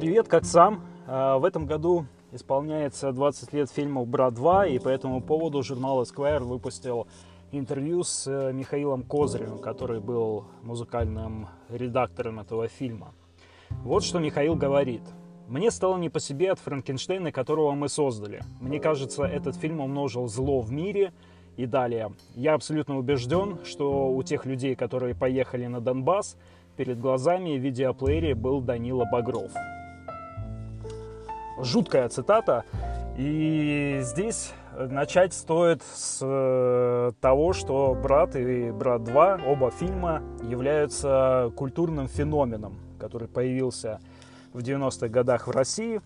Привет, как сам? В этом году исполняется 20 лет фильму «Брат 2», и по этому поводу журнал Esquire выпустил интервью с Михаилом Козыревым, который был музыкальным редактором этого фильма. Вот что Михаил говорит. «Мне стало не по себе от Франкенштейна, которого мы создали. Мне кажется, этот фильм умножил зло в мире». И далее. «Я абсолютно убежден, что у тех людей, которые поехали на Донбасс, перед глазами в видеоплеере был Данила Багров». Жуткая цитата. И здесь начать стоит с того, что «Брат» и «Брат 2», оба фильма, являются культурным феноменом, который появился в 90-х годах в России.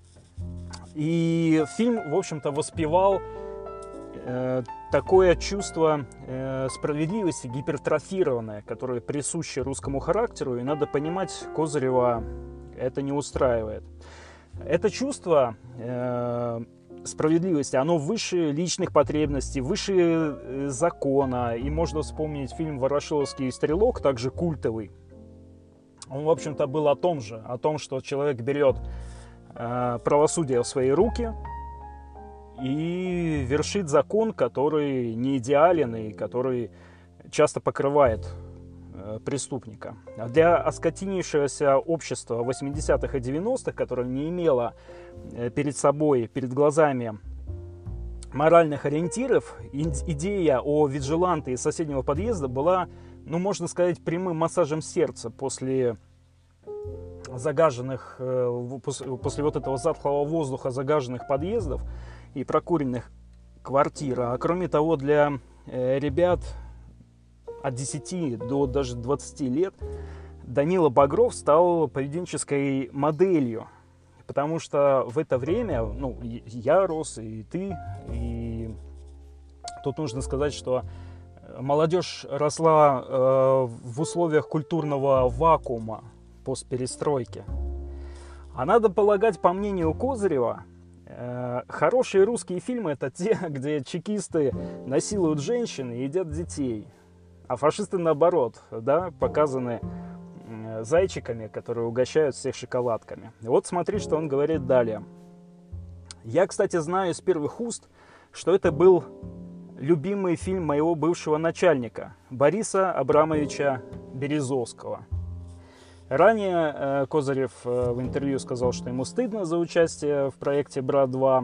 И фильм, в общем-то, воспевал такое чувство справедливости гипертрофированное, которое присуще русскому характеру, и надо понимать, Козырева это не устраивает. Это чувство справедливости, оно выше личных потребностей, выше закона, и можно вспомнить фильм «Ворошиловский стрелок», также культовый. Он, в общем-то, был о том же, о том, что человек берет правосудие в свои руки и вершит закон, который не идеален и который часто покрывает преступника. Для оскотинившегося общества 80-х и 90-х, которое не имело перед собой, перед глазами моральных ориентиров, идея о виджиланте из соседнего подъезда была, ну, можно сказать, прямым массажем сердца после загаженных, после вот этого затхлого воздуха загаженных подъездов и прокуренных квартир. А кроме того, для ребят от 10 до даже 20 лет Данила Багров стал поведенческой моделью. Потому что в это время, ну, я рос, и ты, и тут нужно сказать, что молодежь росла в условиях культурного вакуума постперестройки. А надо полагать, по мнению Козырева, хорошие русские фильмы — это те, где чекисты насилуют женщин и едят детей. А фашисты, наоборот, да, показаны зайчиками, которые угощают всех шоколадками. Вот смотри, что он говорит далее. «Я, кстати, знаю из первых уст, что это был любимый фильм моего бывшего начальника, Бориса Абрамовича Березовского». Ранее Козырев в интервью сказал, что ему стыдно за участие в проекте «Брат 2».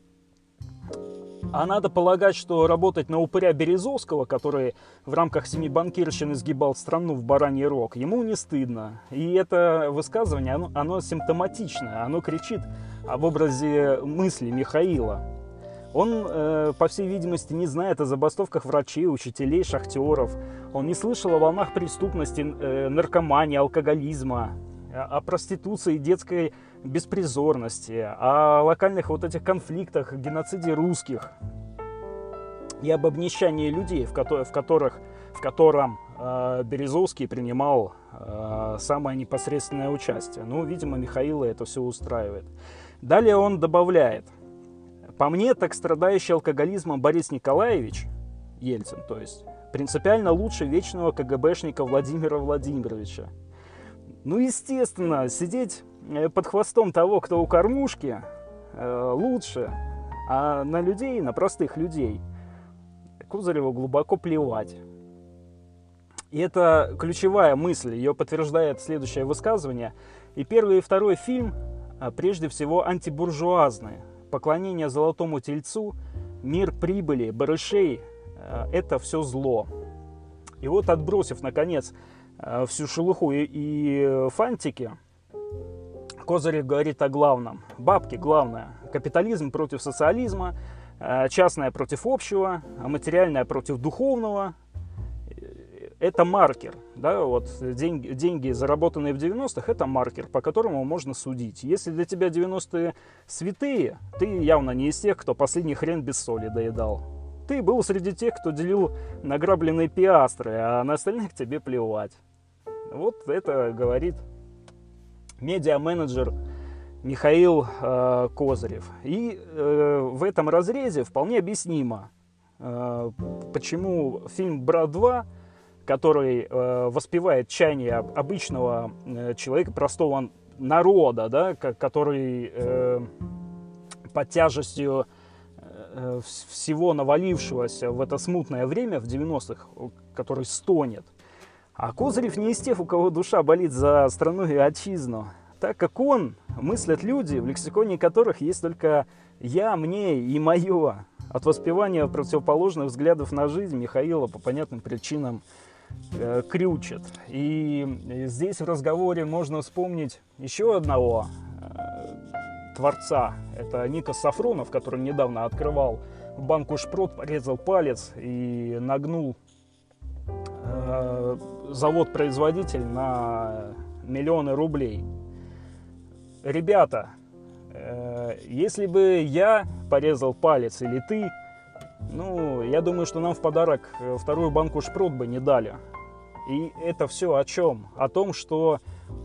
А надо полагать, что работать на упыря Березовского, который в рамках семибанкирщины сгибал страну в бараний рог, ему не стыдно. И это высказывание, оно симптоматичное, оно кричит об образе мысли Михаила. Он, по всей видимости, не знает о забастовках врачей, учителей, шахтеров. Он не слышал о волнах преступности, наркомании, алкоголизма, о проституции, детской беспризорности, о локальных вот этих конфликтах, геноциде русских и об обнищании людей, в котором Березовский принимал самое непосредственное участие. Ну, видимо, Михаила это все устраивает. Далее он добавляет: «По мне, так страдающий алкоголизмом Борис Николаевич, Ельцин, то есть, принципиально лучше вечного КГБшника Владимира Владимировича». Ну, естественно, сидеть под хвостом того, кто у кормушки, лучше, а на людей, на простых людей, Козыреву глубоко плевать. И это ключевая мысль, ее подтверждает следующее высказывание. И первый и второй фильм, прежде всего, антибуржуазные. Поклонение золотому тельцу, мир прибыли, барышей – это все зло. И вот, отбросив, наконец, всю шелуху и фантики, Козырев говорит о главном. Бабки главное. Капитализм против социализма, частное против общего, а материальное против духовного. Это маркер. Да? Вот деньги, заработанные в 90-х, это маркер, по которому можно судить. Если для тебя 90-е святые, ты явно не из тех, кто последний хрен без соли доедал. Ты был среди тех, кто делил награбленные пиастры, а на остальных тебе плевать. Вот это говорит медиа-менеджер Михаил Козырев. И в этом разрезе вполне объяснимо, почему фильм «Брат 2», который воспевает чаяние обычного человека, простого народа, да, который под тяжестью всего навалившегося в это смутное время, в 90-х, который стонет. А Козырев не из тех, у кого душа болит за страну и отчизну, так как он мыслят люди, в лексиконе которых есть только «я», «мне» и «моё». От воспевания противоположных взглядов на жизнь Михаила по понятным причинам крючит. И здесь в разговоре можно вспомнить еще одного творца. Это Никос Сафронов, который недавно открывал банку шпрот, порезал палец и нагнул завод-производитель на миллионы рублей. Ребята, если бы я порезал палец или ты, ну, я думаю, что нам в подарок вторую банку шпрот бы не дали. И это все о чем? О том, что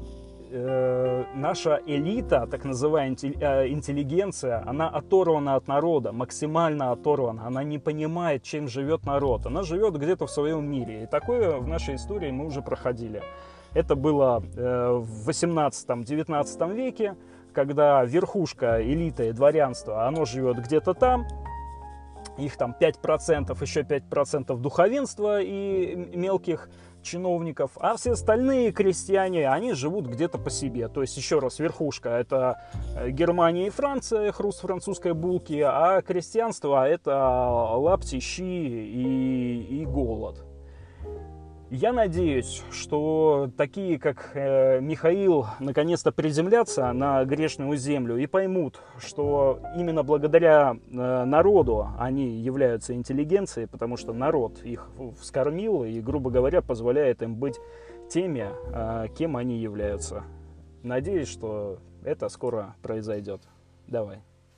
наша элита, так называемая интеллигенция, она оторвана от народа, максимально оторвана. Она не понимает, чем живет народ. Она живет где-то в своем мире. И такое в нашей истории мы уже проходили. Это было в 18-19 веке, когда верхушка, элита и дворянство, оно живет где-то там. Их там 5%, еще 5% духовенства и мелких чиновников, а все остальные крестьяне, они живут где-то по себе. То есть, еще раз, верхушка — это Германия и Франция, хруст французской булки, а крестьянство — это лапти, щи и голод. Я надеюсь, что такие, как Михаил, наконец-то приземлятся на грешную землю и поймут, что именно благодаря народу они являются интеллигенцией, потому что народ их вскормил и, грубо говоря, позволяет им быть теми, кем они являются. Надеюсь, что это скоро произойдет. Давай.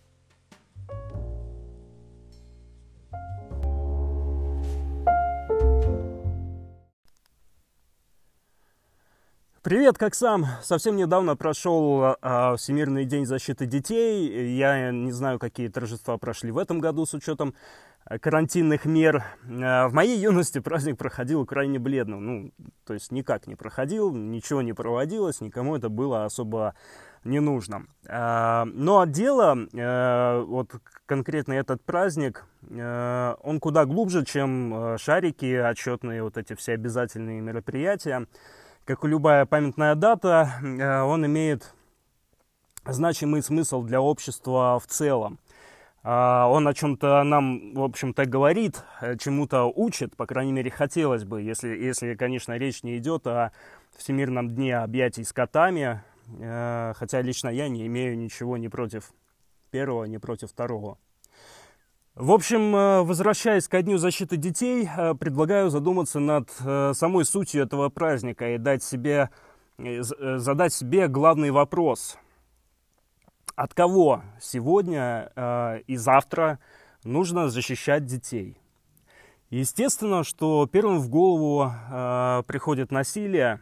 Привет, как сам? Совсем недавно прошел Всемирный день защиты детей. Я не знаю, какие торжества прошли в этом году с учетом карантинных мер. В моей юности праздник проходил крайне бледно. Ну, то есть никак не проходил, ничего не проводилось, никому это было особо не нужно. Но дело, вот конкретно этот праздник, он куда глубже, чем шарики, отчетные вот эти все обязательные мероприятия. Как и любая памятная дата, он имеет значимый смысл для общества в целом. Он о чем-то нам, в общем-то, говорит, чему-то учит, по крайней мере, хотелось бы, если, конечно, речь не идет о Всемирном дне объятий с котами, хотя лично я не имею ничего ни против первого, ни против второго. В общем, возвращаясь ко Дню защиты детей, предлагаю задуматься над самой сутью этого праздника и задать себе главный вопрос. От кого сегодня и завтра нужно защищать детей? Естественно, что первым в голову приходит насилие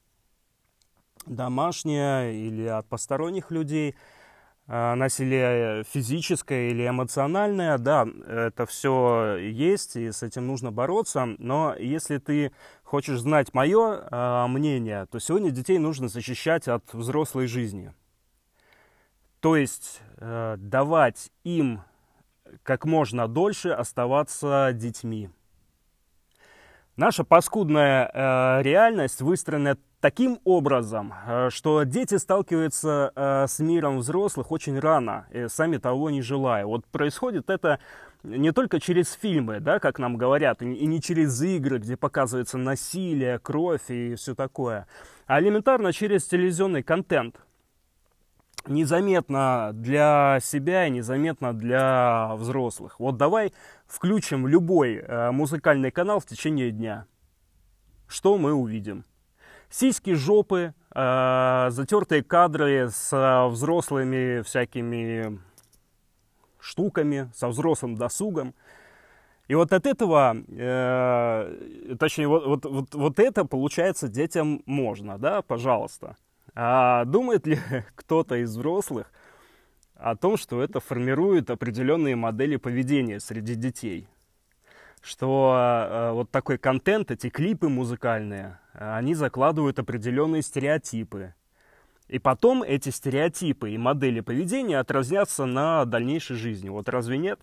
домашнее или от посторонних людей, насилие физическое или эмоциональное. Да, это все есть, и с этим нужно бороться. Но если ты хочешь знать мое мнение, то сегодня детей нужно защищать от взрослой жизни. То есть давать им как можно дольше оставаться детьми. Наша паскудная реальность выстроена таким образом, что дети сталкиваются с миром взрослых очень рано, сами того не желая. Вот происходит это не только через фильмы, да, как нам говорят, и не через игры, где показывается насилие, кровь и все такое, а элементарно через телевизионный контент. Незаметно для себя и незаметно для взрослых. Вот давай включим любой музыкальный канал в течение дня. Что мы увидим? Сиськи, жопы, затертые кадры с взрослыми всякими штуками, со взрослым досугом. И вот от этого, точнее, вот это, получается, детям можно, да, пожалуйста. А думает ли кто-то из взрослых о том, что это формирует определенные модели поведения среди детей? Что вот такой контент, эти клипы музыкальные, они закладывают определенные стереотипы. И потом эти стереотипы и модели поведения отразнятся на дальнейшей жизни. Вот разве нет?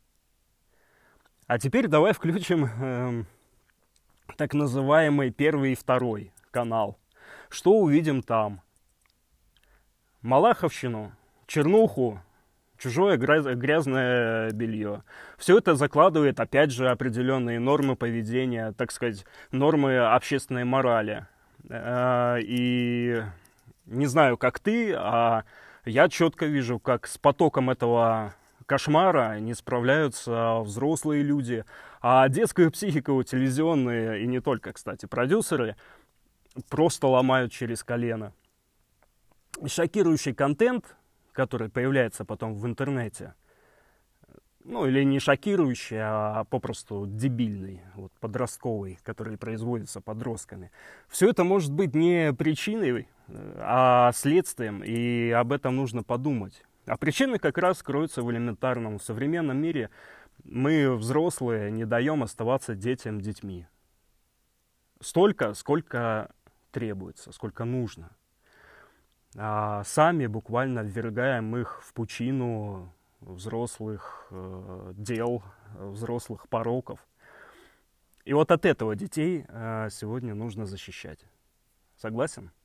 А теперь давай включим так называемый первый и второй канал. Что увидим там? Малаховщину, чернуху, чужое грязное белье. Все это закладывает, опять же, определенные нормы поведения, так сказать, нормы общественной морали. И не знаю, как ты, а я четко вижу, как с потоком этого кошмара не справляются взрослые люди, а детскую психику телевизионные, и не только, кстати, продюсеры, просто ломают через колено. Шокирующий контент, который появляется потом в интернете, ну или не шокирующий, а попросту дебильный, вот, подростковый, который производится подростками, все это может быть не причиной, а следствием, и об этом нужно подумать. А причины как раз кроются в элементарном. В современном мире мы, взрослые, не даем оставаться детям детьми. Столько, сколько требуется, сколько нужно. А сами буквально ввергаем их в пучину взрослых дел, взрослых пороков. И вот от этого детей сегодня нужно защищать. Согласен?